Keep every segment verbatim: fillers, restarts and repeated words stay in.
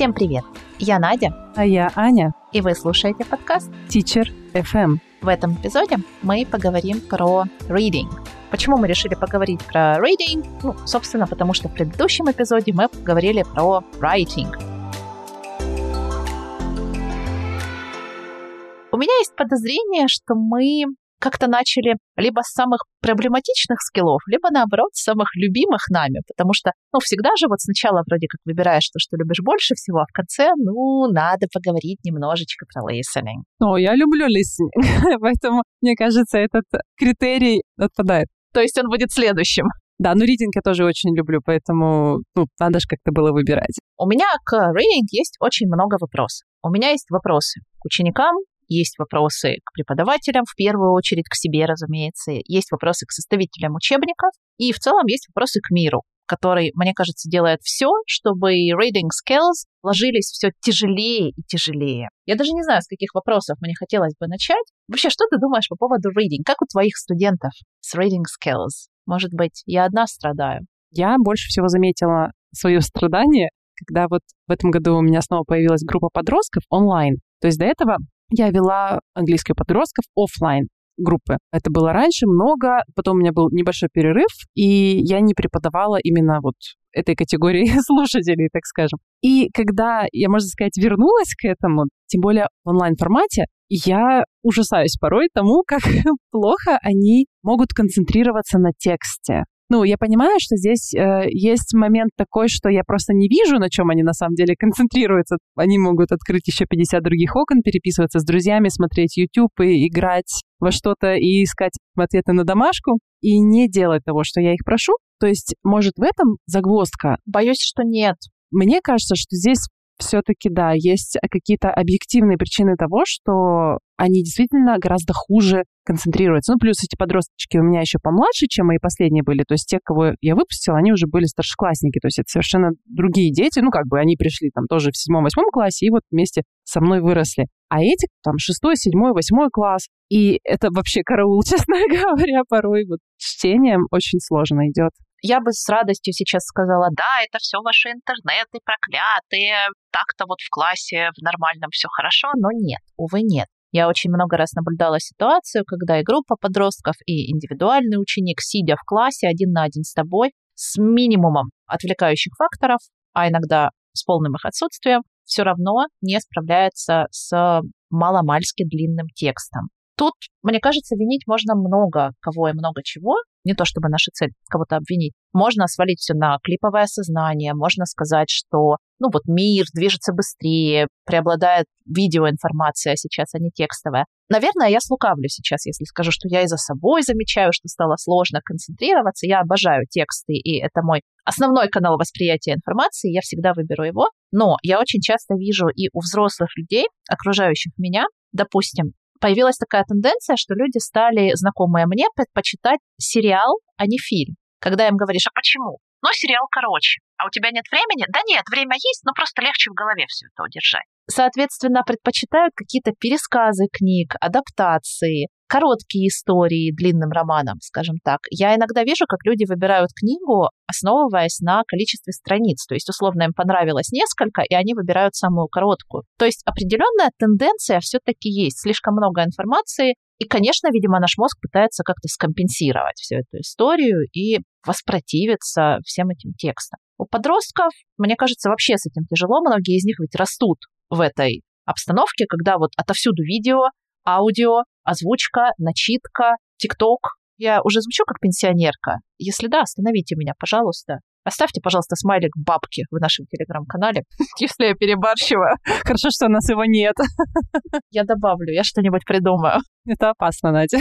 Всем привет! Я Надя. А я Аня. И вы слушаете подкаст Teacher эф эм. В этом эпизоде мы поговорим про reading. Почему мы решили поговорить про reading? Ну, собственно, потому что в предыдущем эпизоде мы поговорили про writing. У меня есть подозрение, что мы как-то начали либо с самых проблематичных скиллов, либо, наоборот, с самых любимых нами, потому что, ну, всегда же вот сначала вроде как выбираешь то, что любишь больше всего, а в конце, ну, надо поговорить немножечко про listening. О, я люблю listening, поэтому, мне кажется, этот критерий отпадает. То есть он будет следующим. Да, но reading я тоже очень люблю, поэтому, ну, надо же как-то было выбирать. У меня к reading есть очень много вопросов. У меня есть вопросы к ученикам, есть вопросы к преподавателям, в первую очередь к себе, разумеется. Есть вопросы к составителям учебников. И в целом есть вопросы к миру, который, мне кажется, делает все, чтобы reading skills ложились все тяжелее и тяжелее. Я даже не знаю, с каких вопросов мне хотелось бы начать. Вообще, что ты думаешь по поводу reading? Как у твоих студентов с reading skills? Может быть, я одна страдаю? Я больше всего заметила свое страдание, когда вот в этом году у меня снова появилась группа подростков онлайн. То есть до этого я вела английский у подростков офлайн группы. Это было раньше много, потом у меня был небольшой перерыв, и я не преподавала именно вот этой категории слушателей, так скажем. И когда я, можно сказать, вернулась к этому, тем более в онлайн-формате, я ужасаюсь порой тому, как плохо они могут концентрироваться на тексте. Ну, я понимаю, что здесь э, есть момент такой, что я просто не вижу, на чем они на самом деле концентрируются. Они могут открыть еще пятьдесят других окон, переписываться с друзьями, смотреть YouTube и играть во что-то и искать ответы на домашку и не делать того, что я их прошу. То есть, может, в этом загвоздка? Боюсь, что нет. Мне кажется, что здесь все-таки, да, есть какие-то объективные причины того, что они действительно гораздо хуже концентрируются. Ну, плюс эти подросточки у меня еще помладше, чем мои последние были. То есть те, кого я выпустила, они уже были старшеклассники. То есть это совершенно другие дети. Ну, как бы они пришли там тоже в седьмом-восьмом классе и вот вместе со мной выросли. А эти там шестой, седьмой, восьмой класс. И это вообще караул, честно говоря, порой вот чтением очень сложно идет. Я бы с радостью сейчас сказала, да, это все ваши интернеты проклятые, так-то вот в классе в нормальном все хорошо, но нет, увы, нет. Я очень много раз наблюдала ситуацию, когда и группа подростков, и индивидуальный ученик, сидя в классе один на один с тобой, с минимумом отвлекающих факторов, а иногда с полным их отсутствием, все равно не справляется с маломальски длинным текстом. Тут, мне кажется, винить можно много кого и много чего. Не то чтобы наша цель кого-то обвинить. Можно свалить все на клиповое сознание, можно сказать, что ну вот мир движется быстрее, преобладает видеоинформация сейчас, а не текстовая. Наверное, я слукавлю сейчас, если скажу, что я и за собой замечаю, что стало сложно концентрироваться. Я обожаю тексты, и это мой основной канал восприятия информации, я всегда выберу его. Но я очень часто вижу и у взрослых людей, окружающих меня, допустим, появилась такая тенденция, что люди стали, знакомые мне, предпочитать сериал, а не фильм. Когда им говоришь, а почему? Ну, сериал короче. А у тебя нет времени? Да нет, время есть, но просто легче в голове все это удержать. Соответственно, предпочитают какие-то пересказы книг, адаптации, короткие истории длинным романом, скажем так. Я иногда вижу, как люди выбирают книгу, основываясь на количестве страниц. То есть, условно, им понравилось несколько, и они выбирают самую короткую. То есть, определенная тенденция все-таки есть. Слишком много информации. И, конечно, видимо, наш мозг пытается как-то скомпенсировать всю эту историю и воспротивиться всем этим текстам. У подростков, мне кажется, вообще с этим тяжело. Многие из них ведь растут в этой обстановке, когда вот отовсюду видео, аудио, озвучка, начитка, тикток. Я уже звучу как пенсионерка. Если да, остановите меня, пожалуйста. Оставьте, пожалуйста, смайлик бабки в нашем телеграм-канале, если я перебарщиваю. Хорошо, что у нас его нет. Я добавлю, я что-нибудь придумаю. Это опасно, Надя.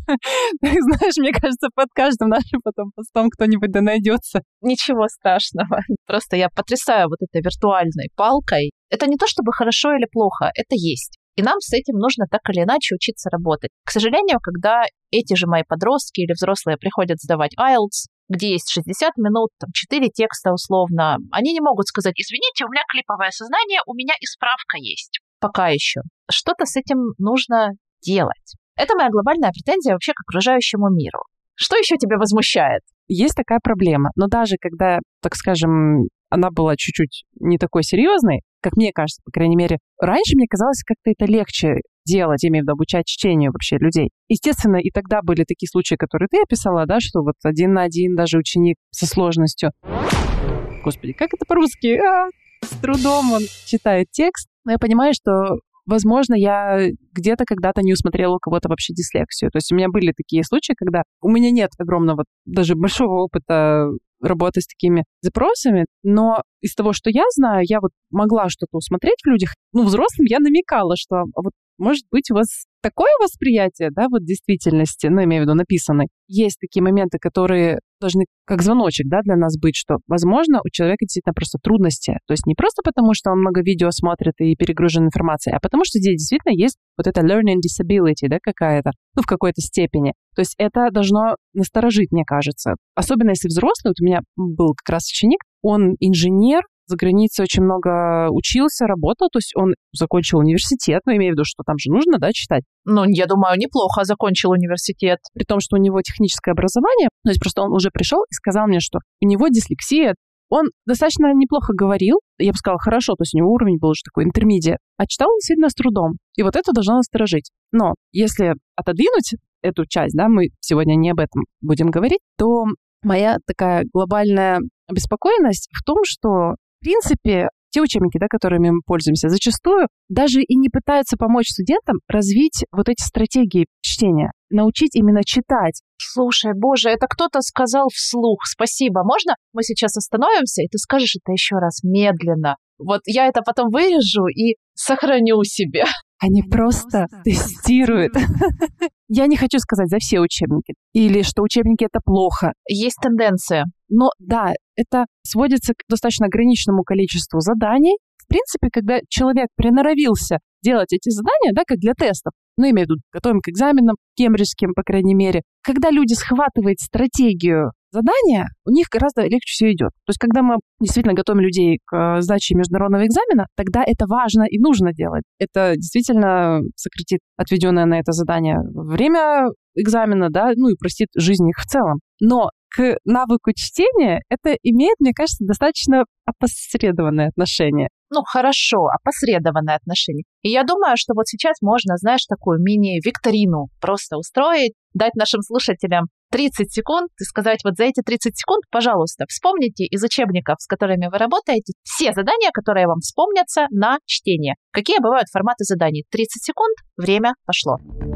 Знаешь, мне кажется, под каждым нашим потом постом кто-нибудь да найдется. Ничего страшного. Просто я потрясаю вот этой виртуальной палкой. Это не то чтобы хорошо или плохо, это есть. И нам с этим нужно так или иначе учиться работать. К сожалению, когда эти же мои подростки или взрослые приходят сдавать айлтс, где есть шестьдесят минут, там четыре текста условно, они не могут сказать, извините, у меня клиповое сознание, у меня и справка есть. Пока еще. Что-то с этим нужно делать. Это моя глобальная претензия вообще к окружающему миру. Что еще тебя возмущает? Есть такая проблема. Но даже когда, так скажем, она была чуть-чуть не такой серьезной, как мне кажется, по крайней мере. Раньше мне казалось, как-то это легче делать, я имею в виду обучать чтению вообще людей. Естественно, и тогда были такие случаи, которые ты описала, да, что вот один на один даже ученик со сложностью. Господи, как это по-русски? А, с трудом он читает текст. Но я понимаю, что, возможно, я где-то когда-то не усмотрела у кого-то вообще дислексию. То есть у меня были такие случаи, когда у меня нет огромного, даже большого опыта работы с такими запросами, но из того, что я знаю, я вот могла что-то усмотреть в людях. Ну, взрослым я намекала, что вот, может быть, у вас такое восприятие, да, вот действительности, ну, имею в виду написанной. Есть такие моменты, которые должны как звоночек, да, для нас быть, что, возможно, у человека действительно просто трудности. То есть не просто потому, что он много видео смотрит и перегружен информацией, а потому что здесь действительно есть вот эта learning disability, да, какая-то, ну, в какой-то степени. То есть это должно насторожить, мне кажется. Особенно если взрослый. Вот у меня был как раз ученик, он инженер, за границей очень много учился, работал, то есть он закончил университет, но имею в виду, что там же нужно, да, читать. Ну, я думаю, неплохо закончил университет. При том, что у него техническое образование, то есть просто он уже пришел и сказал мне, что у него дислексия. Он достаточно неплохо говорил, я бы сказала, хорошо, то есть у него уровень был уже такой интермедиат, а читал он действительно с трудом. И вот это должно насторожить. Но если отодвинуть эту часть, да, мы сегодня не об этом будем говорить, то моя такая глобальная обеспокоенность в том, что в принципе, те учебники, да, которыми мы пользуемся, зачастую даже и не пытаются помочь студентам развить вот эти стратегии чтения, научить именно читать. Слушай, боже, это кто-то сказал вслух. Спасибо. Можно мы сейчас остановимся, и ты скажешь это еще раз медленно? Вот я это потом вырежу и сохраню себе. Они просто тестируют. Я не хочу сказать за все учебники. Или что учебники — это плохо. Есть тенденция. Но да, это сводится к достаточно ограниченному количеству заданий. В принципе, когда человек приноровился делать эти задания, да, как для тестов, ну, имею в виду, готовим к экзаменам, кембриджским, по крайней мере, когда люди схватывают стратегию задания, у них гораздо легче все идет. То есть, когда мы действительно готовим людей к сдаче международного экзамена, тогда это важно и нужно делать. Это действительно сократит отведенное на это задание время экзамена, да, ну и упростит жизнь их в целом. Но к навыку чтения это имеет, мне кажется, достаточно опосредованное отношение. Ну, хорошо, опосредованное отношение. И я думаю, что вот сейчас можно, знаешь, такую мини-викторину просто устроить, дать нашим слушателям тридцать секунд и сказать, вот за эти тридцать секунд, пожалуйста, вспомните из учебников, с которыми вы работаете, все задания, которые вам вспомнятся на чтение. Какие бывают форматы заданий? тридцать секунд, время пошло.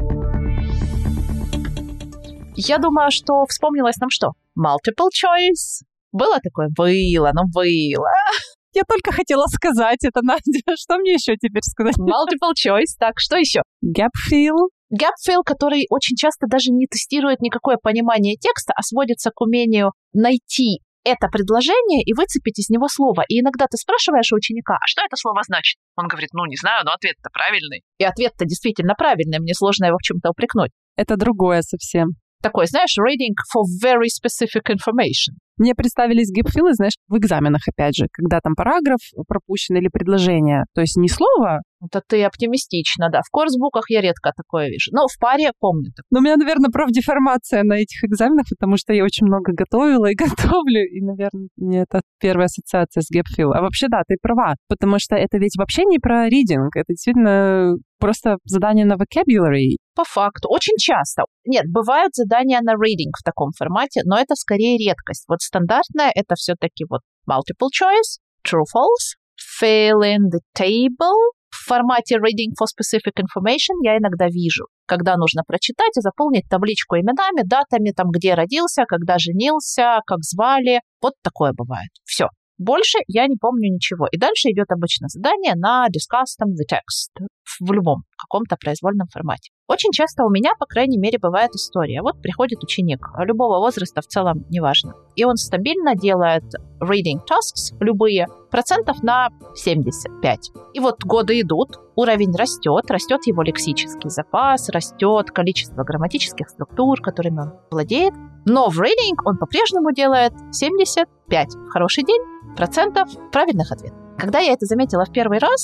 Я думаю, что вспомнилось нам что? Multiple choice. Было такое? Было, ну было. Я только хотела сказать это, Надя. Что мне еще теперь сказать? Multiple choice. Так, что еще? Gap fill. Gap fill, который очень часто даже не тестирует никакое понимание текста, а сводится к умению найти это предложение и выцепить из него слово. И иногда ты спрашиваешь у ученика, а что это слово значит? Он говорит, ну, не знаю, но ответ-то правильный. И ответ-то действительно правильный, мне сложно его в чем-то упрекнуть. Это другое совсем. Такой, знаешь, reading for very specific information. Мне представились гипфилы, знаешь, в экзаменах, опять же, когда там параграф пропущен или предложение. То есть не слово. Это ты оптимистично, да. В курсбуках я редко такое вижу. Но в паре помню. Но у меня, наверное, профдеформация на этих экзаменах, потому что я очень много готовила и готовлю. И, наверное, мне это первая ассоциация с гипфил. А вообще, да, ты права. Потому что это ведь вообще не про reading. Это действительно просто задание на vocabulary. По факту. Очень часто. Нет, бывают задания на reading в таком формате, но это скорее редкость. Вот стандартное это все-таки вот multiple choice, true, false, fill in the table. В формате reading for specific information я иногда вижу, когда нужно прочитать и заполнить табличку именами, датами, там, где родился, когда женился, как звали. Вот такое бывает. Все. Больше я не помню ничего. И дальше идет обычно задание на discuss там the text в любом каком-то произвольном формате. Очень часто у меня, по крайней мере, бывает история. Вот приходит ученик любого возраста, в целом неважно. И он стабильно делает reading tasks, любые, процентов на семьдесят пять. И вот годы идут, уровень растет, растет его лексический запас, растет количество грамматических структур, которыми он владеет. Но в reading он по-прежнему делает семьдесят пять в хороший день процентов правильных ответов. Когда я это заметила в первый раз,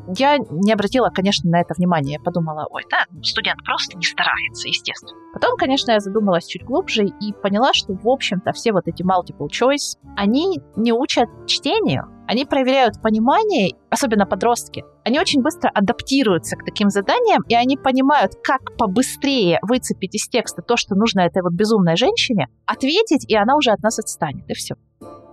Я не обратила, конечно, на это внимания. Я подумала, ой, да, студент просто не старается, естественно. Потом, конечно, я задумалась чуть глубже и поняла, что, в общем-то, все вот эти multiple choice, они не учат чтению, они проверяют понимание, особенно подростки. Они очень быстро адаптируются к таким заданиям, и они понимают, как побыстрее выцепить из текста то, что нужно этой вот безумной женщине, ответить, и она уже от нас отстанет, и все.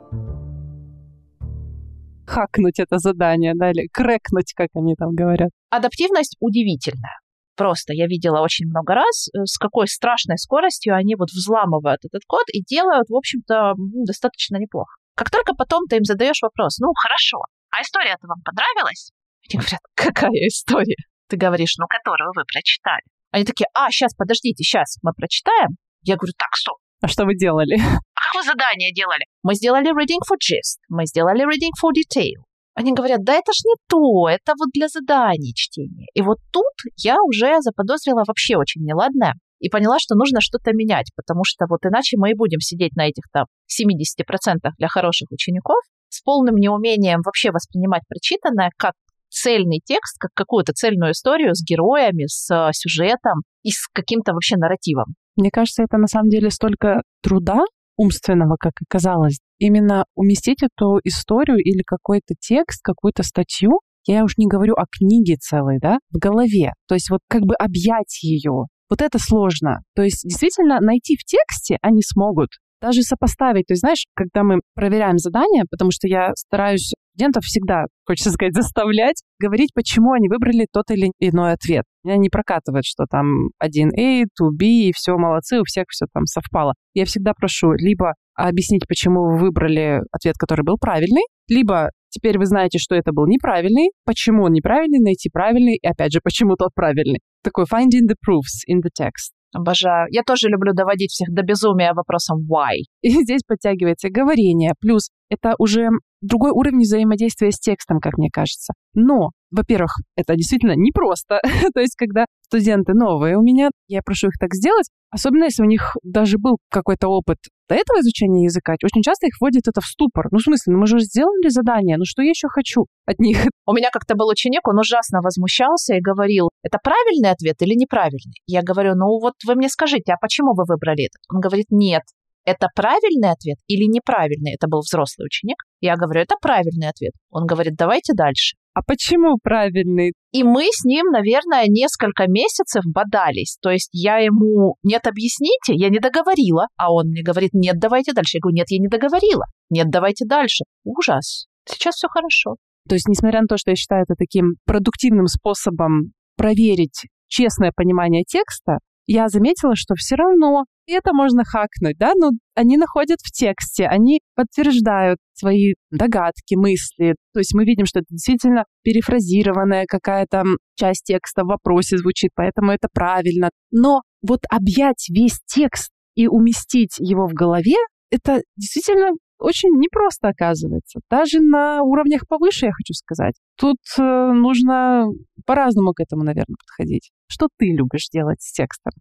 Хакнуть это задание, да, или крэкнуть, как они там говорят. Адаптивность удивительная. Просто я видела очень много раз, с какой страшной скоростью они вот взламывают этот код и делают, в общем-то, достаточно неплохо. Как только потом ты им задаешь вопрос, ну, хорошо, а история-то вам понравилась? Они говорят, какая история? Ты говоришь, ну, которую вы прочитали. Они такие, а, сейчас, подождите, сейчас мы прочитаем. Я говорю, так, стоп. А что вы делали? А как вы задание делали? Мы сделали reading for gist, мы сделали reading for detail. Они говорят, да это ж не то, это вот для заданий чтения. И вот тут я уже заподозрила вообще очень неладное и поняла, что нужно что-то менять, потому что вот иначе мы и будем сидеть на этих там семьдесят процентов для хороших учеников с полным неумением вообще воспринимать прочитанное как цельный текст, как какую-то цельную историю с героями, с сюжетом и с каким-то вообще нарративом. Мне кажется, это на самом деле столько труда умственного, как оказалось. Именно уместить эту историю или какой-то текст, какую-то статью, я уж не говорю о книге целой, да, в голове. То есть вот как бы объять ее. Вот это сложно. То есть действительно найти в тексте они смогут. Даже сопоставить. То есть, знаешь, когда мы проверяем задания, потому что я стараюсь студентов всегда, хочется сказать, заставлять говорить, почему они выбрали тот или иной ответ. Меня не прокатывает, что там один A, два B, и все, молодцы, у всех все там совпало. Я всегда прошу либо объяснить, почему вы выбрали ответ, который был правильный, либо теперь вы знаете, что это был неправильный, почему он неправильный, найти правильный, и опять же, почему тот правильный. Такой finding the proofs in the text. Обожаю. Я тоже люблю доводить всех до безумия вопросом why. И здесь подтягивается говорение. Плюс это уже другой уровень взаимодействия с текстом, как мне кажется. Но, во-первых, это действительно непросто. То есть, когда студенты новые у меня, я прошу их так сделать, особенно если у них даже был какой-то опыт до этого изучения языка, очень часто их вводит это в ступор. Ну, в смысле, ну мы же сделали задание, ну что я еще хочу от них? У меня как-то был ученик, он ужасно возмущался и говорил, это правильный ответ или неправильный? Я говорю, ну вот вы мне скажите, а почему вы выбрали этот? Он говорит, нет, это правильный ответ или неправильный? Это был взрослый ученик. Я говорю, это правильный ответ. Он говорит, давайте дальше. А почему правильный? И мы с ним, наверное, несколько месяцев бодались. То есть я ему, нет, объясните, я не договорила. А он мне говорит, нет, давайте дальше. Я говорю, нет, я не договорила. Нет, давайте дальше. Ужас. Сейчас все хорошо. То есть, несмотря на то, что я считаю это таким продуктивным способом проверить честное понимание текста, я заметила, что все равно это можно хакнуть, да, но они находят в тексте, они подтверждают свои догадки, мысли. То есть мы видим, что это действительно перефразированная какая-то часть текста в вопросе звучит, поэтому это правильно. Но вот объять весь текст и уместить его в голове, это действительно очень непросто оказывается. Даже на уровнях повыше, я хочу сказать. Тут э, нужно по-разному к этому, наверное, подходить. Что ты любишь делать с текстом?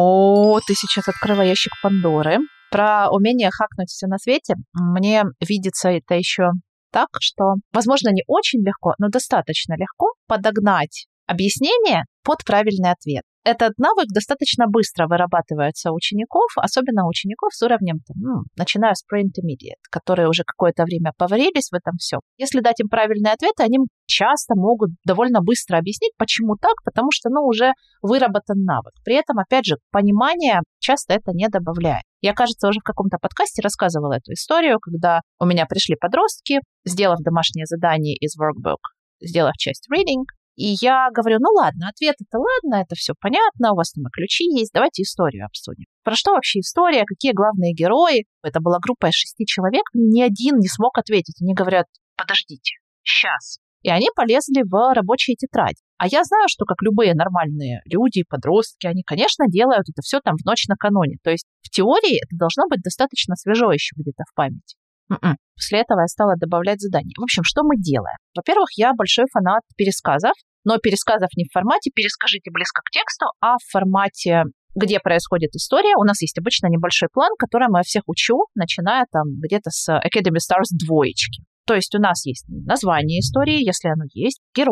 О, ты сейчас открыла ящик Пандоры. Про умение хакнуть все на свете мне видится это еще так, что, возможно, не очень легко, но достаточно легко подогнать объяснение под правильный ответ. Этот навык достаточно быстро вырабатывается у учеников, особенно у учеников с уровнем, там, ну, начиная с pre-intermediate, которые уже какое-то время поварились в этом всем. Если дать им правильные ответы, они часто могут довольно быстро объяснить, почему так, потому что, ну, уже выработан навык. При этом, опять же, понимание часто это не добавляет. Я, кажется, уже в каком-то подкасте рассказывала эту историю, когда у меня пришли подростки, сделав домашнее задание из workbook, сделав часть reading, и я говорю, ну ладно, ответ это ладно, это все понятно, у вас там и ключи есть, давайте историю обсудим. Про что вообще история, какие главные герои? Это была группа из шести человек, ни один не смог ответить. Они говорят, подождите, сейчас. И они полезли в рабочие тетради. А я знаю, что как любые нормальные люди, подростки, они, конечно, делают это все там в ночь накануне. То есть в теории это должно быть достаточно свежо еще где-то в памяти. Mm-mm. После этого я стала добавлять задания. В общем, что мы делаем? Во-первых, я большой фанат пересказов, но пересказов не в формате «перескажите близко к тексту», а в формате, где происходит история. У нас есть обычно небольшой план, который я всех учу, начиная там где-то с Academy Stars двоечки. То есть у нас есть название истории, если оно есть, герои,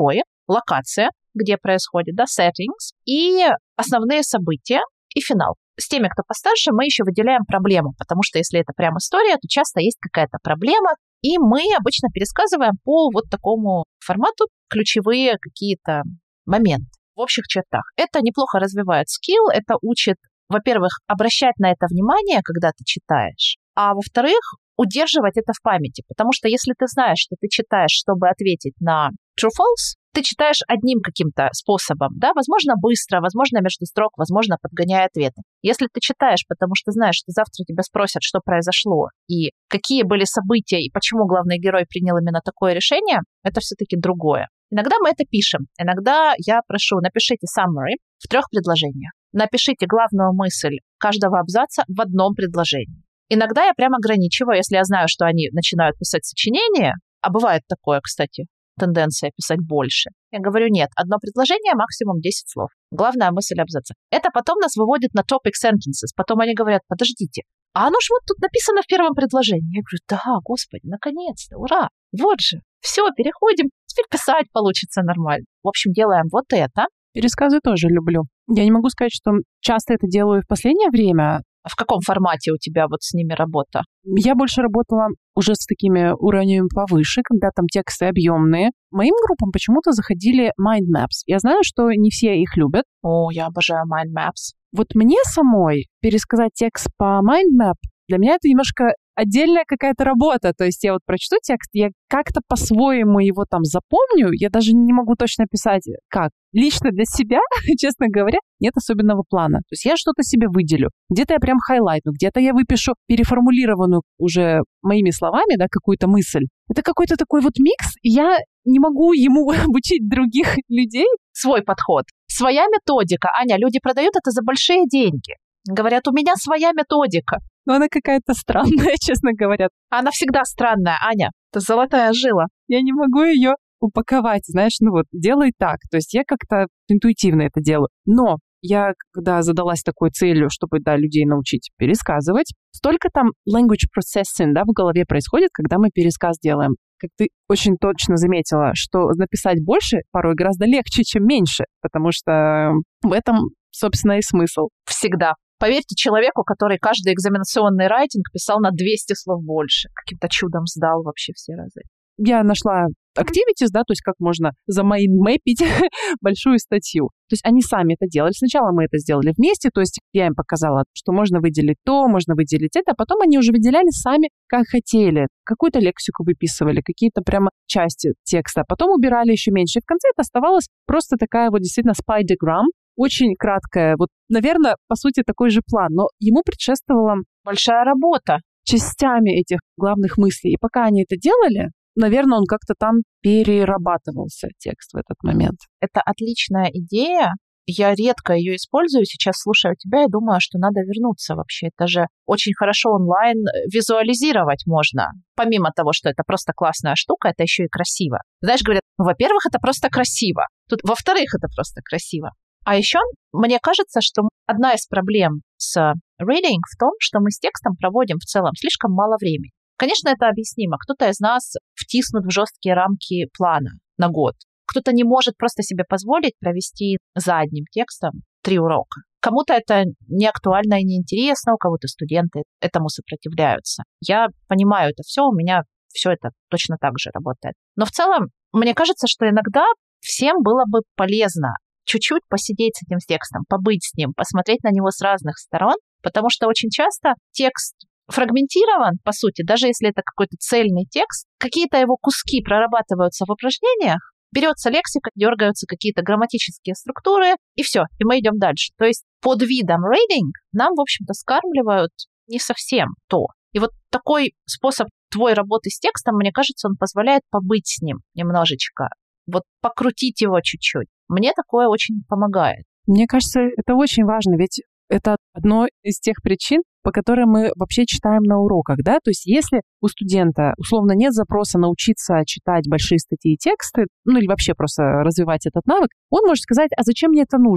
локация, где происходит, да, settings, и основные события, и финал. С теми, кто постарше, мы еще выделяем проблему, потому что если это прям история, то часто есть какая-то проблема, и мы обычно пересказываем по вот такому формату ключевые какие-то моменты в общих чертах. Это неплохо развивает скилл, это учит, во-первых, обращать на это внимание, когда ты читаешь, а во-вторых, удерживать это в памяти, потому что если ты знаешь, что ты читаешь, чтобы ответить на true-false, ты читаешь одним каким-то способом, да, возможно, быстро, возможно, между строк, возможно, подгоняя ответы. Если ты читаешь, потому что знаешь, что завтра тебя спросят, что произошло, и какие были события, и почему главный герой принял именно такое решение, это все-таки другое. Иногда мы это пишем. Иногда я прошу, напишите summary в трех предложениях. Напишите главную мысль каждого абзаца в одном предложении. Иногда я прям ограничиваю, если я знаю, что они начинают писать сочинения, а бывает такое, кстати, тенденция писать больше. Я говорю, нет, одно предложение, максимум десять слов. Главная мысль абзаца. Это потом нас выводит на topic sentences. Потом они говорят, подождите, а оно же вот тут написано в первом предложении. Я говорю, да, господи, наконец-то, ура, вот же, все, переходим, теперь писать получится нормально. В общем, делаем вот это. Пересказы тоже люблю. Я не могу сказать, что часто это делаю в последнее время. В каком формате у тебя вот с ними работа? Я больше работала уже с такими уровнями повыше, когда там тексты объемные. Моим группам почему-то заходили mind maps. Я знаю, что не все их любят. О, я обожаю mind maps. Вот мне самой пересказать текст по mind map, для меня это немножко отдельная какая-то работа. То есть я вот прочту текст, я как-то по-своему его там запомню, я даже не могу точно описать, как. Лично для себя, честно говоря, нет особенного плана. То есть я что-то себе выделю. Где-то я прям хайлайтну, где-то я выпишу переформулированную уже моими словами, да, какую-то мысль. Это какой-то такой вот микс, и я не могу ему обучить других людей. Свой подход, своя методика. Аня, люди продают это за большие деньги. Говорят, у меня своя методика. Но она какая-то странная, честно говоря. Она всегда странная, Аня. Это золотая жила. Я не могу ее упаковать, знаешь, ну вот, делай так. То есть я как-то интуитивно это делаю. Но я, когда задалась такой целью, чтобы, да, людей научить пересказывать, столько там language processing, да, в голове происходит, когда мы пересказ делаем. Как ты очень точно заметила, что написать больше порой гораздо легче, чем меньше, потому что в этом, собственно, и смысл. Всегда. Поверьте человеку, который каждый экзаменационный райтинг писал на двести слов больше. Каким-то чудом сдал вообще все разы. Я нашла activities, да, то есть как можно замайндмэпить большую статью. То есть они сами это делали. Сначала мы это сделали вместе, то есть я им показала, что можно выделить то, можно выделить это, а потом они уже выделяли сами, как хотели. Какую-то лексику выписывали, какие-то прямо части текста, потом убирали еще меньше. И в конце это оставалась просто такая вот действительно spy-diagram, очень краткая, вот, наверное, по сути, такой же план, но ему предшествовала большая работа частями этих главных мыслей. И пока они это делали, наверное, он как-то там перерабатывался, текст в этот момент. Это отличная идея. Я редко ее использую. Сейчас слушаю тебя и думаю, что надо вернуться вообще. Это же очень хорошо онлайн визуализировать можно. Помимо того, что это просто классная штука, это еще и красиво. Знаешь, говорят, во-первых, это просто красиво. Тут, во-вторых, это просто красиво. А еще мне кажется, что одна из проблем с reading в том, что мы с текстом проводим в целом слишком мало времени. Конечно, это объяснимо. Кто-то из нас втиснут в жесткие рамки плана на год. Кто-то не может просто себе позволить провести за одним текстом три урока. Кому-то это не актуально и не интересно, у кого-то студенты этому сопротивляются. Я понимаю это все, у меня все это точно так же работает. Но в целом, мне кажется, что иногда всем было бы полезно чуть-чуть посидеть с этим текстом, побыть с ним, посмотреть на него с разных сторон, потому что очень часто текст фрагментирован, по сути, даже если это какой-то цельный текст, какие-то его куски прорабатываются в упражнениях, берется лексика, дергаются какие-то грамматические структуры, и все, и мы идем дальше. То есть под видом reading нам, в общем-то, скармливают не совсем то. И вот такой способ твоей работы с текстом, мне кажется, он позволяет побыть с ним немножечко, вот покрутить его чуть-чуть. Мне такое очень помогает. Мне кажется, это очень важно, ведь это одно из тех причин, по которым мы вообще читаем на уроках, да, то есть если у студента, условно, нет запроса научиться читать большие статьи и тексты, ну или вообще просто развивать этот навык, он может сказать, а зачем мне это нужно?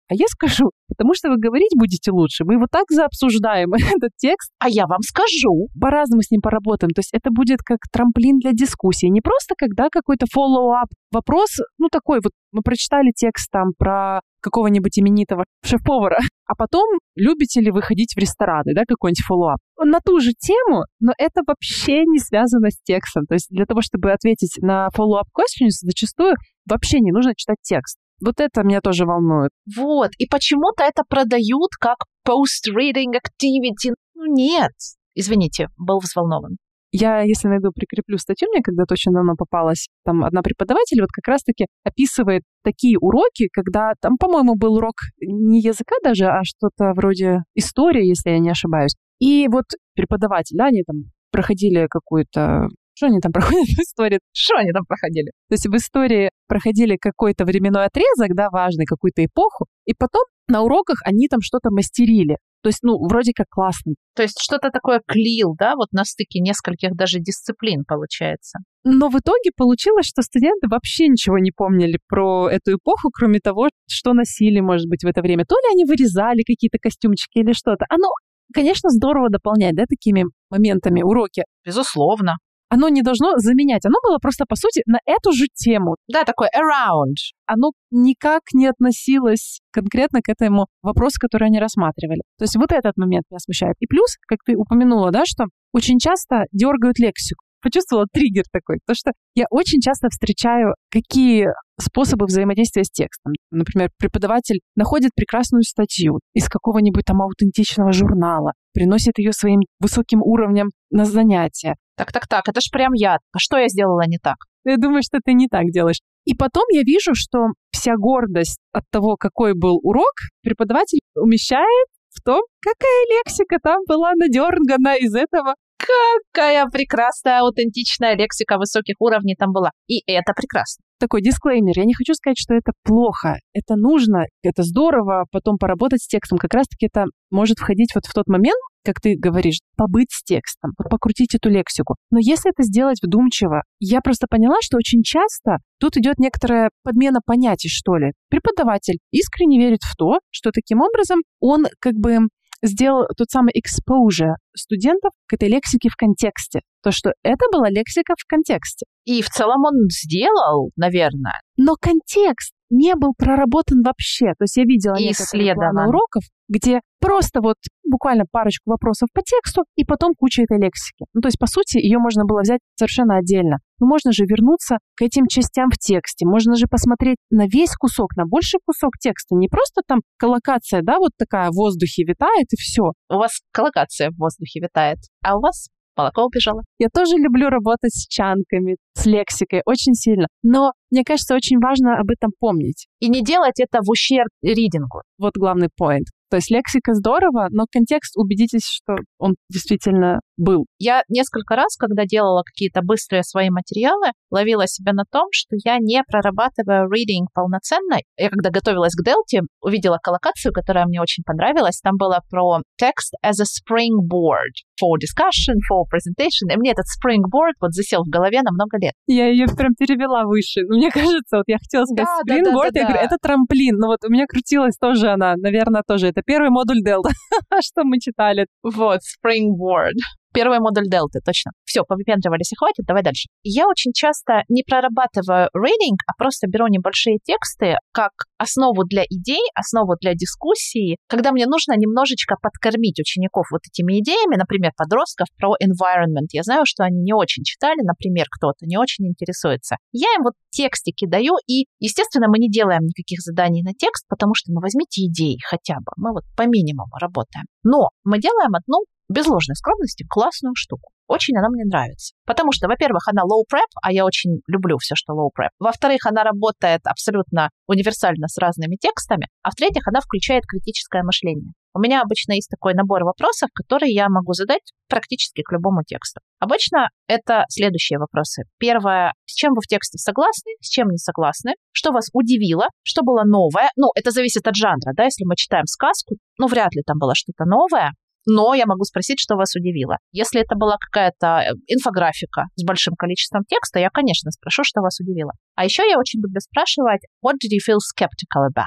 А я скажу, потому что вы говорить будете лучше. Мы его так заобсуждаем, этот текст. А я вам скажу. По-разному с ним поработаем. То есть это будет как трамплин для дискуссии. Не просто когда какой-то follow-up вопрос, ну такой вот, мы прочитали текст там про какого-нибудь именитого шеф-повара, а потом любите ли вы ходить в рестораны, да, какой-нибудь follow-up. На ту же тему, но это вообще не связано с текстом. То есть для того, чтобы ответить на follow-up questions, зачастую вообще не нужно читать текст. Вот это меня тоже волнует. Вот. И почему-то это продают как post-reading activity. Ну нет. Извините, был взволнован. Я, если найду, прикреплю статью, мне когда-то очень давно попалась, там одна преподаватель вот как раз-таки описывает такие уроки, когда там, по-моему, был урок не языка даже, а что-то вроде истории, если я не ошибаюсь. И вот преподаватель, да, они там проходили какую-то... Что они там проходят в истории? Что они там проходили? То есть в истории проходили какой-то временной отрезок, да, важный, какую-то эпоху, и потом на уроках они там что-то мастерили. То есть, ну, вроде как классно. То есть что-то такое клеил, да, вот на стыке нескольких даже дисциплин получается. Но в итоге получилось, что студенты вообще ничего не помнили про эту эпоху, кроме того, что носили, может быть, в это время. То ли они вырезали какие-то костюмчики или что-то. Оно, конечно, здорово дополнять, да, такими моментами уроки. Безусловно. Оно не должно заменять. Оно было просто, по сути, на эту же тему. Да, такой around. Оно никак не относилось конкретно к этому вопросу, который они рассматривали. То есть вот этот момент меня смущает. И плюс, как ты упомянула, да, что очень часто дергают лексику. Почувствовала триггер такой. Потому что я очень часто встречаю, какие способы взаимодействия с текстом. Например, преподаватель находит прекрасную статью из какого-нибудь там аутентичного журнала, приносит ее своим высоким уровнем на занятия. Так-так-так, это ж прям я. А что я сделала не так? Я думаю, что ты не так делаешь. И потом я вижу, что вся гордость от того, какой был урок, преподаватель умещает в том, какая лексика там была надергана из этого. Какая прекрасная, аутентичная лексика высоких уровней там была. И это прекрасно. Такой дисклеймер. Я не хочу сказать, что это плохо. Это нужно, это здорово потом поработать с текстом. Как раз-таки это может входить вот в тот момент, как ты говоришь, побыть с текстом, вот покрутить эту лексику. Но если это сделать вдумчиво, я просто поняла, что очень часто тут идет некоторая подмена понятий, что ли. Преподаватель искренне верит в то, что таким образом он как бы сделал тот самый exposure студентов к этой лексике в контексте. То, что это была лексика в контексте. И в целом он сделал, наверное. Но контекст не был проработан вообще. То есть я видела некоторые планы уроков, где просто вот буквально парочку вопросов по тексту и потом куча этой лексики. Ну, то есть, по сути, ее можно было взять совершенно отдельно. Но можно же вернуться к этим частям в тексте. Можно же посмотреть на весь кусок, на больший кусок текста. Не просто там коллокация, да, вот такая в воздухе витает и все. У вас коллокация в воздухе витает, а у вас молоко убежало. Я тоже люблю работать с чанками, с лексикой очень сильно. Но мне кажется, очень важно об этом помнить. И не делать это в ущерб ридингу. Вот главный поинт. То есть лексика здорово, но контекст, убедитесь, что он действительно был. Я несколько раз, когда делала какие-то быстрые свои материалы, ловила себя на том, что я не прорабатываю reading полноценно. Я когда готовилась к Делте, увидела коллокацию, которая мне очень понравилась. Там было про text as a springboard for discussion, for presentation. И мне этот springboard вот засел в голове на много лет. Я ее прям перевела выше. Мне кажется, вот я хотела сказать да, springboard, да, да, да, я да. говорю, это трамплин. Но вот у меня крутилась тоже она, наверное, тоже. Это первый модуль Delta, что мы читали. Вот, springboard. Первый модуль Delta, точно. Все, повыпендривались и хватит, давай дальше. Я очень часто не прорабатываю reading, а просто беру небольшие тексты как основу для идей, основу для дискуссии, когда мне нужно немножечко подкормить учеников вот этими идеями, например, подростков про environment. Я знаю, что они не очень читали, например, кто-то не очень интересуется. Я им вот текстики даю, и, естественно, мы не делаем никаких заданий на текст, потому что, ну, возьмите идеи хотя бы, мы вот по минимуму работаем. Но мы делаем одну, без ложной скромности, классную штуку. Очень она мне нравится. Потому что, во-первых, она low prep, а я очень люблю все, что low prep. Во-вторых, она работает абсолютно универсально с разными текстами. А в-третьих, она включает критическое мышление. У меня обычно есть такой набор вопросов, которые я могу задать практически к любому тексту. Обычно это следующие вопросы. Первое, с чем вы в тексте согласны, с чем не согласны, что вас удивило, что было новое. Ну, это зависит от жанра, да, если мы читаем сказку, ну, вряд ли там было что-то новое. Но я могу спросить, что вас удивило. Если это была какая-то инфографика с большим количеством текста, я, конечно, спрошу, что вас удивило. А еще я очень люблю спрашивать, what did you feel skeptical about?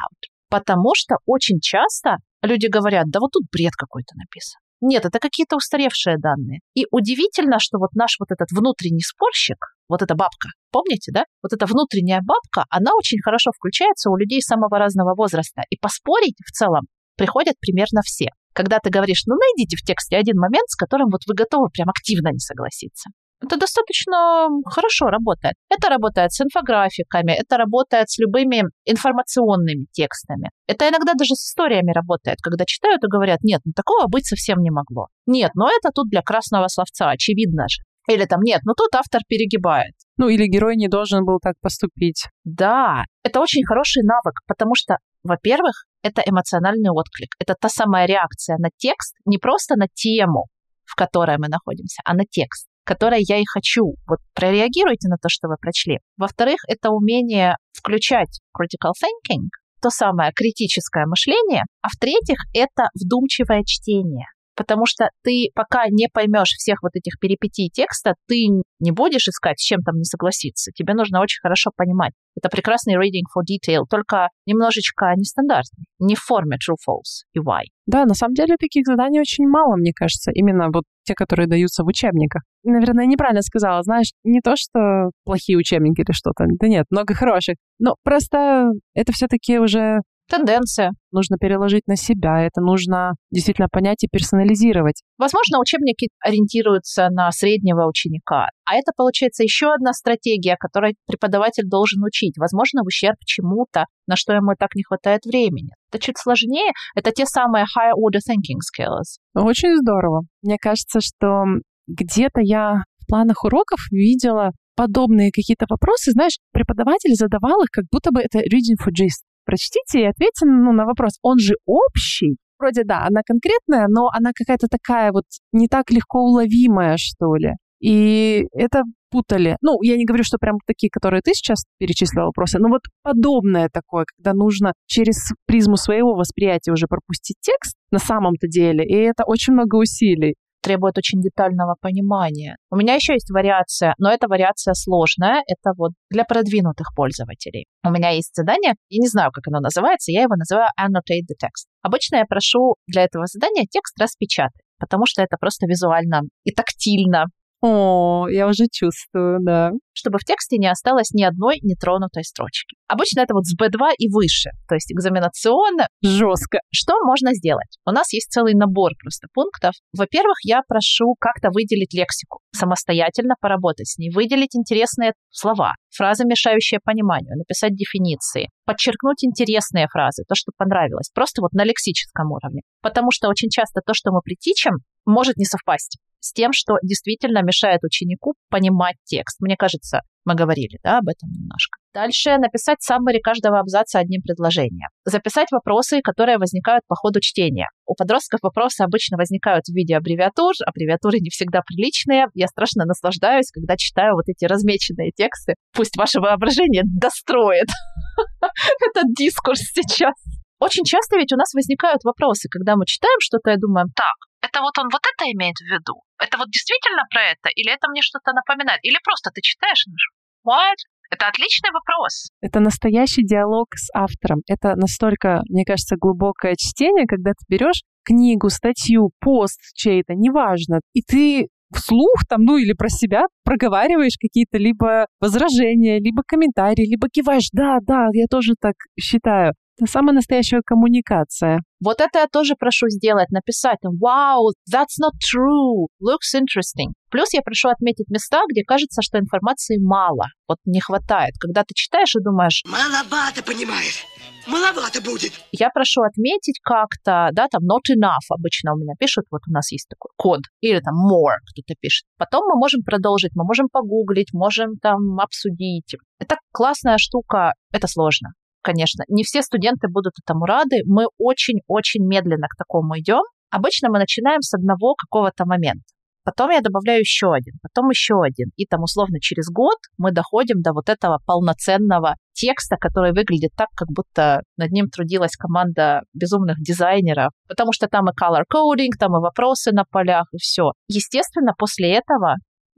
Потому что очень часто люди говорят, да вот тут бред какой-то написан. Нет, это какие-то устаревшие данные. И удивительно, что вот наш вот этот внутренний спорщик, вот эта бабка, помните, да? Вот эта внутренняя бабка, она очень хорошо включается у людей самого разного возраста. И поспорить в целом приходят примерно все. Когда ты говоришь, ну найдите в тексте один момент, с которым вот вы готовы прям активно не согласиться. Это достаточно хорошо работает. Это работает с инфографиками, это работает с любыми информационными текстами. Это иногда даже с историями работает, когда читают и говорят, нет, ну такого быть совсем не могло. Нет, но это тут для красного словца, очевидно же. Или там, нет, ну тут автор перегибает. Ну или герой не должен был так поступить. Да, это очень хороший навык, потому что, во-первых, это эмоциональный отклик. Это та самая реакция на текст, не просто на тему, в которой мы находимся, а на текст, которое я и хочу. Вот прореагируйте на то, что вы прочли. Во-вторых, это умение включать critical thinking, то самое критическое мышление. А в-третьих, это вдумчивое чтение. Потому что ты пока не поймешь всех вот этих перипетий текста, ты не будешь искать, с чем там не согласиться. Тебе нужно очень хорошо понимать. Это прекрасный reading for detail, только немножечко нестандартный, не в форме true-false и why. Да, на самом деле таких заданий очень мало, мне кажется, именно вот те, которые даются в учебниках. Наверное, неправильно сказала, знаешь, не то, что плохие учебники или что-то, да нет, много хороших, но просто это все-таки уже тенденция. Нужно переложить на себя, это нужно действительно понять и персонализировать. Возможно, учебники ориентируются на среднего ученика, а это, получается, еще одна стратегия, которой преподаватель должен учить, возможно, в ущерб чему-то, на что ему и так не хватает времени. Это чуть сложнее, это те самые higher order thinking skills. Очень здорово. Мне кажется, что где-то я в планах уроков видела подобные какие-то вопросы, знаешь, преподаватель задавал их, как будто бы это reading for gist. Прочтите и ответьте ну, на вопрос. Он же общий. Вроде да, она конкретная, но она какая-то такая вот не так легко уловимая, что ли. И это путали. Ну, я не говорю, что прям такие, которые ты сейчас перечислила вопросы, но вот подобное такое, когда нужно через призму своего восприятия уже пропустить текст на самом-то деле, и это очень много усилий. Требует очень детального понимания. У меня еще есть вариация, но эта вариация сложная. Это вот для продвинутых пользователей. У меня есть задание, я не знаю, как оно называется, я его называю annotate the text. Обычно я прошу для этого задания текст распечатать, потому что это просто визуально и тактильно. О, я уже чувствую, да. Чтобы в тексте не осталось ни одной нетронутой строчки. Обычно это вот с би два и выше, то есть экзаменационно. Жестко. Что можно сделать? У нас есть целый набор просто пунктов. Во-первых, я прошу как-то выделить лексику, самостоятельно поработать с ней, выделить интересные слова, фразы, мешающие пониманию, написать дефиниции, подчеркнуть интересные фразы, то, что понравилось, просто вот на лексическом уровне. Потому что очень часто то, что мы притичим, может не совпасть с тем, что действительно мешает ученику понимать текст. Мне кажется, мы говорили, да, об этом немножко. Дальше написать summary каждого абзаца одним предложением. Записать вопросы, которые возникают по ходу чтения. У подростков вопросы обычно возникают в виде аббревиатур. Аббревиатуры не всегда приличные. Я страшно наслаждаюсь, когда читаю вот эти размеченные тексты. Пусть ваше воображение достроит этот дискурс сейчас. Очень часто ведь у нас возникают вопросы, когда мы читаем что-то и думаем, так, это вот он вот это имеет в виду? Это вот действительно про это? Или это мне что-то напоминает? Или просто ты читаешь и думаешь, what? Это отличный вопрос. Это настоящий диалог с автором. Это настолько, мне кажется, глубокое чтение, когда ты берешь книгу, статью, пост чей-то, неважно, и ты вслух там, ну или про себя проговариваешь какие-то либо возражения, либо комментарии, либо киваешь, да, да, я тоже так считаю. Это самая настоящая коммуникация. Вот это я тоже прошу сделать, написать «Wow, that's not true, looks interesting». Плюс я прошу отметить места, где кажется, что информации мало, вот не хватает. Когда ты читаешь и думаешь «Маловато, понимаешь, маловато будет». Я прошу отметить как-то, да, там not enough обычно у меня пишут, вот у нас есть такой код, или там more кто-то пишет. Потом мы можем продолжить, мы можем погуглить, можем там обсудить. Это классная штука, это сложно. Конечно, не все студенты будут этому рады. Мы очень-очень медленно к такому идем. Обычно мы начинаем с одного какого-то момента. Потом я добавляю еще один, потом еще один. И там условно через год мы доходим до вот этого полноценного текста, который выглядит так, как будто над ним трудилась команда безумных дизайнеров. Потому что там и color coding, там и вопросы на полях, и все. Естественно, после этого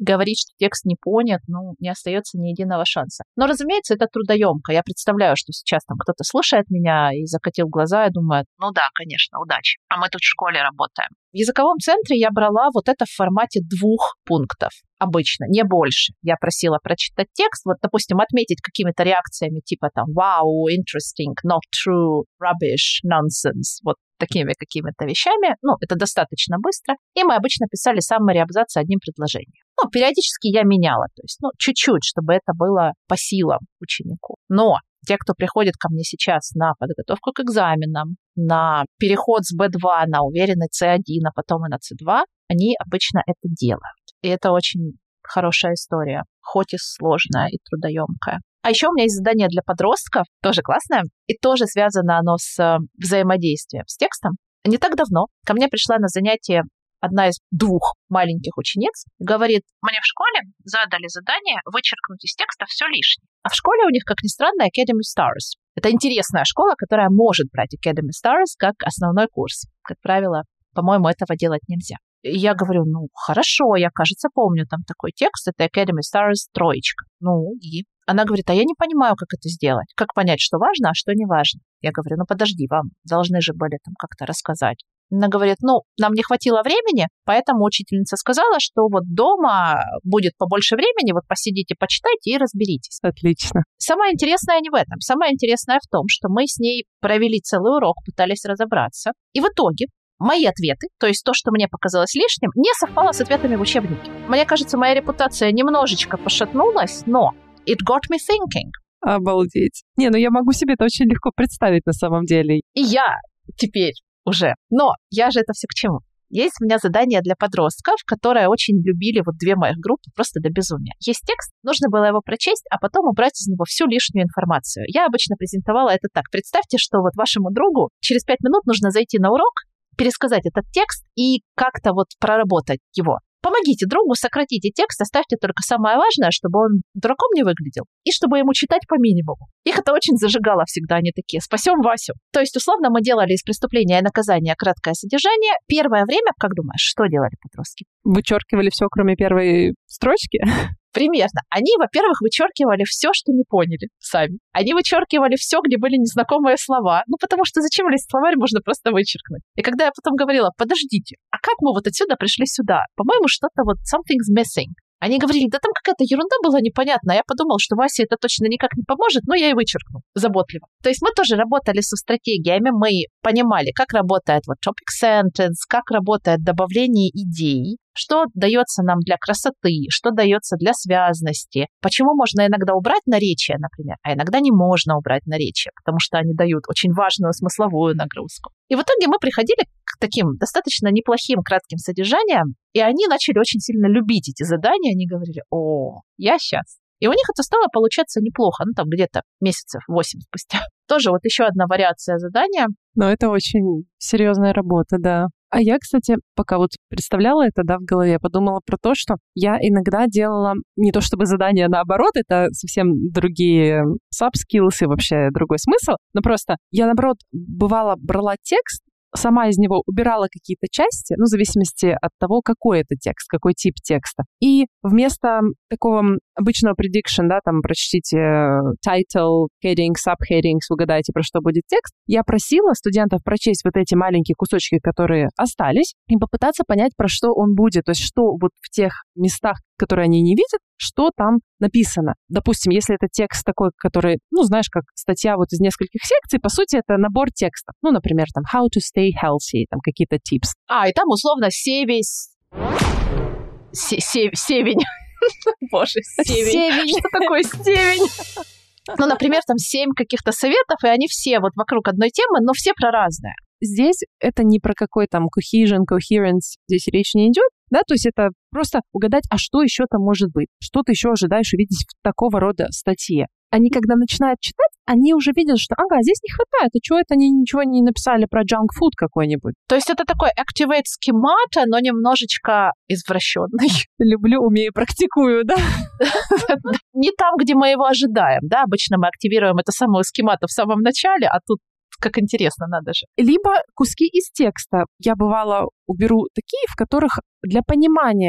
говорить, что текст не понят, ну, не остается ни единого шанса. Но, разумеется, это трудоемко. Я представляю, что сейчас там кто-то слушает меня и закатил глаза и думает, ну да, конечно, удачи. А мы тут в школе работаем. В языковом центре я брала вот это в формате двух пунктов. Обычно, не больше. Я просила прочитать текст, вот, допустим, отметить какими-то реакциями типа там «Wow, interesting, not true, rubbish, nonsense», вот такими какими-то вещами. Ну, это достаточно быстро. И мы обычно писали summary абзаца одним предложением. Ну, периодически я меняла, то есть, ну, чуть-чуть, чтобы это было по силам ученику. Но те, кто приходит ко мне сейчас на подготовку к экзаменам, на переход с бэ два на уверенный цэ один, а потом и на цэ два, они обычно это делают. И это очень хорошая история, хоть и сложная и трудоемкая. А еще у меня есть задание для подростков, тоже классное, и тоже связано оно с взаимодействием с текстом. Не так давно ко мне пришла на занятие одна из двух маленьких учениц, говорит, мне в школе задали задание вычеркнуть из текста все лишнее. А в школе у них, как ни странно, Academy Stars. Это интересная школа, которая может брать Academy Stars как основной курс. Как правило, по-моему, этого делать нельзя. И я говорю, ну, хорошо, я, кажется, помню там такой текст, это Academy Stars троечка. Ну, и она говорит, а я не понимаю, как это сделать. Как понять, что важно, а что не важно? Я говорю, ну, подожди, вам должны же были там как-то рассказать. Она говорит, ну, нам не хватило времени, поэтому учительница сказала, что вот дома будет побольше времени, вот посидите, почитайте и разберитесь. Отлично. Самое интересное не в этом. Самое интересное в том, что мы с ней провели целый урок, пытались разобраться. И в итоге мои ответы, то есть то, что мне показалось лишним, не совпало с ответами в учебнике. Мне кажется, моя репутация немножечко пошатнулась, но it got me thinking. Обалдеть. Не, ну я могу себе это очень легко представить на самом деле. И я теперь уже. Но я же это все к чему? Есть у меня задание для подростков, которые очень любили вот две моих группы просто до безумия. Есть текст, нужно было его прочесть, а потом убрать из него всю лишнюю информацию. Я обычно презентовала это так. Представьте, что вот вашему другу через пять минут нужно зайти на урок, пересказать этот текст и как-то вот проработать его. Помогите другу, сократите текст, оставьте только самое важное, чтобы он дураком не выглядел, и чтобы ему читать по минимуму. Их это очень зажигало всегда, они такие, спасем Васю. То есть, условно, мы делали из преступления и наказания краткое содержание. Первое время, как думаешь, что делали подростки? Вычеркивали все, кроме первой строчки? Примерно. Они, во-первых, вычеркивали все, что не поняли сами. Они вычеркивали все, где были незнакомые слова. Ну, потому что зачем лезть в словарь, можно просто вычеркнуть. И когда я потом говорила, подождите, а как мы вот отсюда пришли сюда? По-моему, что-то вот something's missing. Они говорили, да там какая-то ерунда была непонятная. Я подумал, что Васе это точно никак не поможет, но я и вычеркнул заботливо. То есть мы тоже работали со стратегиями, мы понимали, как работает вот topic sentence, как работает добавление идей, что дается нам для красоты, что дается для связности, почему можно иногда убрать наречия, например, а иногда не можно убрать наречия, потому что они дают очень важную смысловую нагрузку. И в итоге мы приходили к таким достаточно неплохим кратким содержаниям, и они начали очень сильно любить эти задания, они говорили, о, я сейчас. И у них это стало получаться неплохо, ну там где-то месяцев восемь спустя. Тоже вот еще одна вариация задания. Но это очень серьезная работа, да. А я, кстати, пока вот представляла это, да, в голове, подумала про то, что я иногда делала не то чтобы задания наоборот, это совсем другие soft skills и вообще другой смысл, но просто я, наоборот, бывало брала текст, сама из него убирала какие-то части, ну, в зависимости от того, какой это текст, какой тип текста. И вместо такого обычного prediction, да, там, прочтите title, heading, subheadings, угадайте, про что будет текст, я просила студентов прочесть вот эти маленькие кусочки, которые остались, и попытаться понять, про что он будет, то есть что вот в тех местах, которые они не видят, что там написано. Допустим, если это текст такой, который, ну, знаешь, как статья вот из нескольких секций, по сути, это набор текстов. Ну, например, там, how to stay healthy, там, какие-то tips. А, и там, условно, севесь... Севень. Боже, севень. Что такое севень? Ну, например, там семь каких-то советов, и они все вот вокруг одной темы, но все про разное. Здесь это не про какой там cohesion, coherence, здесь речь не идет, да, то есть это просто угадать, а что еще там может быть, что ты еще ожидаешь увидеть в такого рода статье. Они, когда начинают читать, они уже видят, что, ага, здесь не хватает, а чего это они ничего не написали про junk food какой-нибудь. То есть это такой activate schemata, но немножечко извращенный. Люблю, умею, практикую, да? Не там, где мы его ожидаем, да, обычно мы активируем это самое схемата в самом начале, а тут как интересно, надо же. Либо куски из текста. Я, бывало, уберу такие, в которых для понимания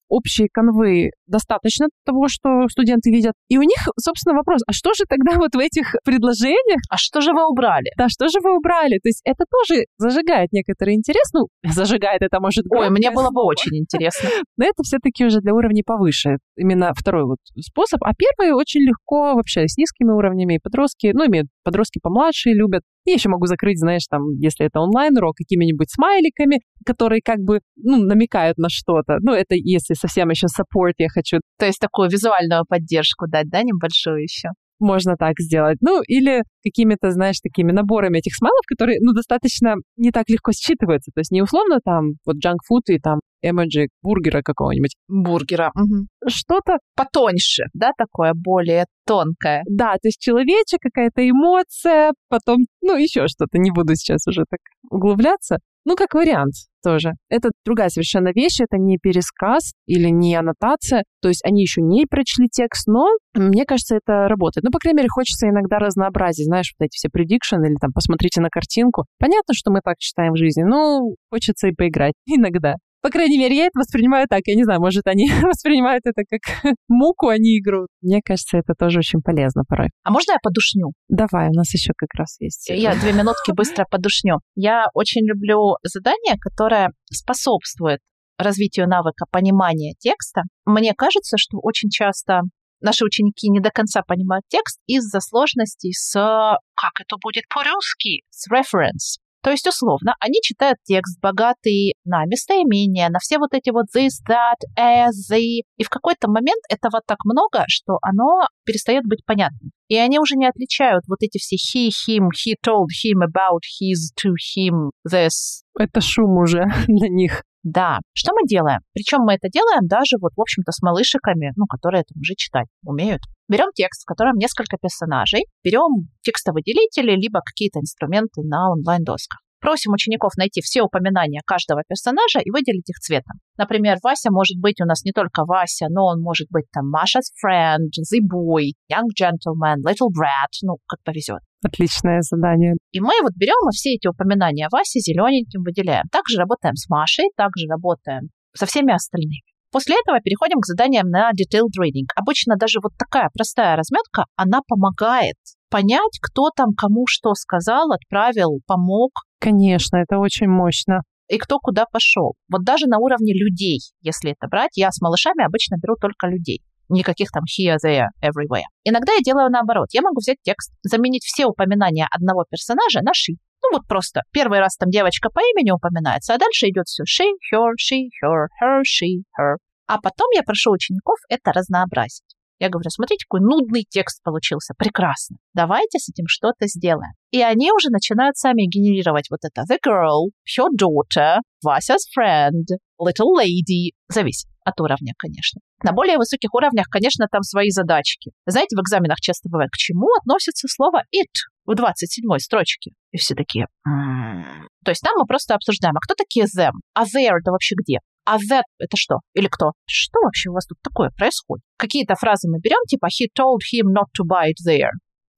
общей канвы достаточно того, что студенты видят. И у них, собственно, вопрос, а что же тогда вот в этих предложениях? А что же вы убрали? Да, что же вы убрали? То есть это тоже зажигает некоторый интерес. Ну, зажигает это, может, Ой, мне было бы очень интересно. Но это все-таки уже для уровней повыше. Именно второй вот способ. А первый очень легко вообще с низкими уровнями. И подростки, ну, имеют подростки помладше любят. Я еще могу закрыть, знаешь, там, если это онлайн-урок, какими-нибудь смайликами, которые как бы, ну, намекают на что-то. Ну, это если совсем еще support я хочу. То есть такую визуальную поддержку дать, да, небольшую еще? Можно так сделать. Ну, или какими-то, знаешь, такими наборами этих смайлов, которые, ну, достаточно не так легко считываются. То есть не условно там вот junk food и там эмоджи бургера какого-нибудь. Бургера. Угу. Что-то потоньше, да, такое более тонкое. Да, то есть человечек, какая-то эмоция, потом, ну, еще что-то. Не буду сейчас уже так углубляться. Ну, как вариант тоже. Это другая совершенно вещь, это не пересказ или не аннотация, то есть они еще не прочли текст, но мне кажется, это работает. Ну, по крайней мере, хочется иногда разнообразить, знаешь, вот эти все prediction или там посмотрите на картинку. Понятно, что мы так читаем в жизни, но хочется и поиграть иногда. По крайней мере, я это воспринимаю так. Я не знаю, может, они воспринимают это как муку, а не игру. Мне кажется, это тоже очень полезно порой. А можно я подушню? Давай, у нас еще как раз есть. Я две минутки быстро подушню. Я очень люблю задание, которое способствует развитию навыка понимания текста. Мне кажется, что очень часто наши ученики не до конца понимают текст из-за сложностей с, как это будет по-русски, с reference. То есть, условно, они читают текст, богатый на местоимения, на все вот эти вот this, that, as, the. И в какой-то момент этого так много, что оно перестает быть понятным. И они уже не отличают вот эти все he, him, he told him about his, to him, this. Это шум уже для них. Да. Что мы делаем? Причем мы это делаем даже вот, в общем-то, с малышиками, ну, которые это уже читать умеют. Берем текст, в котором несколько персонажей, берем текстовыделители, либо какие-то инструменты на онлайн-досках. Просим учеников найти все упоминания каждого персонажа и выделить их цветом. Например, Вася может быть у нас не только Вася, но он может быть там Masha's friend, the boy, young gentleman, little brat, ну, как повезет. Отличное задание. И мы вот берем и все эти упоминания Васи зелененьким выделяем. Также работаем с Машей, также работаем со всеми остальными. После этого переходим к заданиям на detailed reading. Обычно даже вот такая простая разметка, она помогает понять, кто там кому что сказал, отправил, помог. Конечно, это очень мощно. И кто куда пошел. Вот даже на уровне людей, если это брать, я с малышами обычно беру только людей. Никаких там here, there, everywhere. Иногда я делаю наоборот. Я могу взять текст, заменить все упоминания одного персонажа на she. Ну вот просто первый раз там девочка по имени упоминается, а дальше идет все she, her, she, her, her, she, her. А потом я прошу учеников это разнообразить. Я говорю, смотрите, какой нудный текст получился. Прекрасно. Давайте с этим что-то сделаем. И они уже начинают сами генерировать вот это the girl, her daughter, Вася's friend, little lady. Зависит от уровня, конечно. На более высоких уровнях, конечно, там свои задачки. Знаете, в экзаменах часто бывает, к чему относится слово it в двадцать седьмой строчке. И все такие... Mm. То есть там мы просто обсуждаем, а кто такие them? А there это вообще где? А that это что? Или кто? Что вообще у вас тут такое происходит? Какие-то фразы мы берем, типа he told him not to buy it there.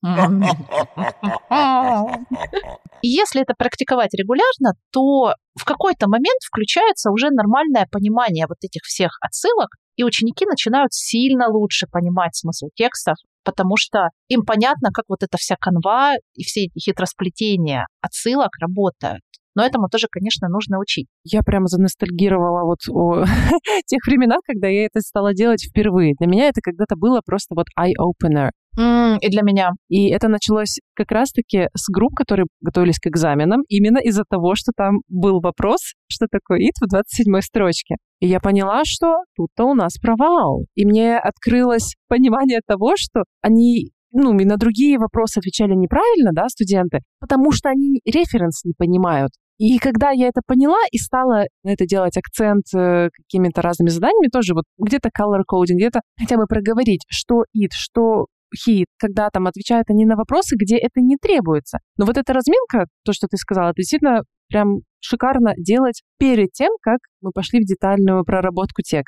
И если это практиковать регулярно, то в какой-то момент включается уже нормальное понимание вот этих всех отсылок, и ученики начинают сильно лучше понимать смысл текстов, потому что им понятно, как вот эта вся канва и все эти хитросплетения отсылок работают. Но этому тоже, конечно, нужно учить. Я прямо заностальгировала вот о тех временах, когда я это стала делать впервые. Для меня это когда-то было просто вот eye-opener. Mm, и для меня. И это началось как раз-таки с групп, которые готовились к экзаменам, именно из-за того, что там был вопрос, что такое it в двадцать седьмой строчке. И я поняла, что тут-то у нас провал. И мне открылось понимание того, что они... ну, и на другие вопросы отвечали неправильно, да, студенты, потому что они референс не понимают. И когда я это поняла и стала на это делать акцент э, какими-то разными заданиями, тоже вот где-то color coding, где-то хотя бы проговорить, что it, что he, когда там отвечают они на вопросы, где это не требуется. Но вот эта разминка, то, что ты сказала, это действительно прям шикарно делать перед тем, как мы пошли в детальную проработку текста.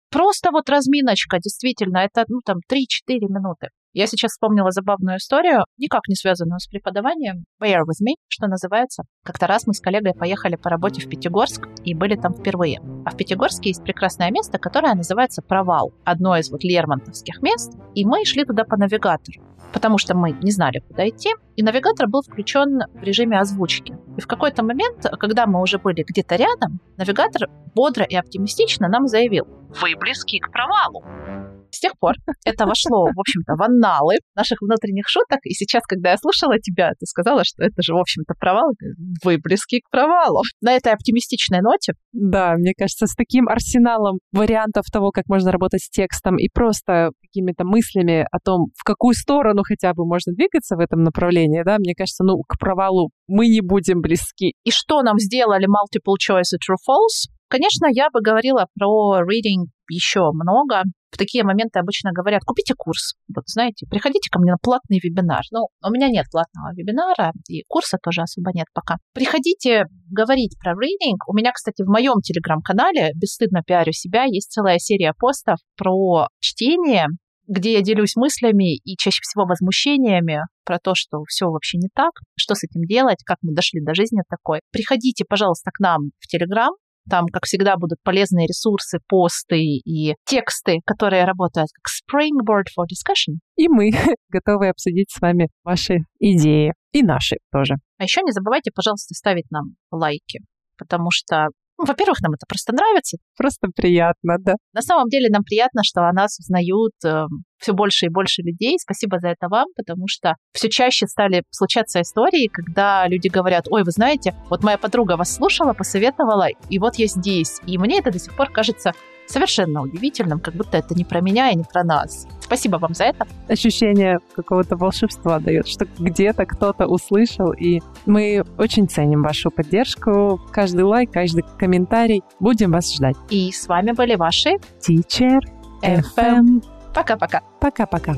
Просто вот разминочка, действительно, это, ну, там, три-четыре минуты. Я сейчас вспомнила забавную историю, никак не связанную с преподаванием. Bear with me, что называется. Как-то раз мы с коллегой поехали по работе в Пятигорск и были там впервые. А в Пятигорске есть прекрасное место, которое называется Провал. Одно из вот лермонтовских мест. И мы шли туда по навигатору, потому что мы не знали, куда идти. И навигатор был включен в режиме озвучки. И в какой-то момент, когда мы уже были где-то рядом, навигатор бодро и оптимистично нам заявил: «Вы близки к провалу». С тех пор это вошло, в общем-то, в анналы наших внутренних шуток. И сейчас, когда я слушала тебя, ты сказала, что это же, в общем-то, провал. Вы близки к провалу. На этой оптимистичной ноте. Да, мне кажется, с таким арсеналом вариантов того, как можно работать с текстом и просто какими-то мыслями о том, в какую сторону хотя бы можно двигаться в этом направлении, да, мне кажется, ну, к провалу мы не будем близки. И что нам сделали multiple choice и true-false? Конечно, я бы говорила про reading еще много. В такие моменты обычно говорят: купите курс. Вот, знаете, приходите ко мне на платный вебинар. Ну, у меня нет платного вебинара, и курса тоже особо нет пока. Приходите говорить про reading. У меня, кстати, в моем телеграм-канале «Бесстыдно пиарю себя» есть целая серия постов про чтение, где я делюсь мыслями и чаще всего возмущениями про то, что все вообще не так, что с этим делать, как мы дошли до жизни такой. Приходите, пожалуйста, к нам в Телеграм. Там, как всегда, будут полезные ресурсы, посты и тексты, которые работают как springboard for discussion. И мы готовы обсудить с вами ваши идеи. И наши тоже. А еще не забывайте, пожалуйста, ставить нам лайки, потому что, ну, во-первых, нам это просто нравится. Просто приятно, да. На самом деле нам приятно, что о нас узнают э, все больше и больше людей. Спасибо за это вам, потому что все чаще стали случаться истории, когда люди говорят: ой, вы знаете, вот моя подруга вас слушала, посоветовала, и вот я здесь. И мне это до сих пор кажется совершенно удивительным, как будто это не про меня и не про нас. Спасибо вам за это. Ощущение какого-то волшебства дает, что где-то кто-то услышал, и мы очень ценим вашу поддержку. Каждый лайк, каждый комментарий. Будем вас ждать. И с вами были ваши Teacher эф эм. Пока-пока. Пока-пока.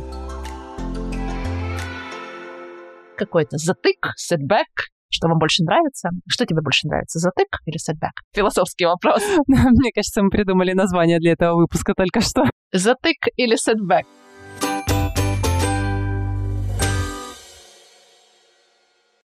Какой-то затык, setback. Что вам больше нравится? Что тебе больше нравится, затык или setback? Философский вопрос. Мне кажется, мы придумали название для этого выпуска только что. Затык или setback?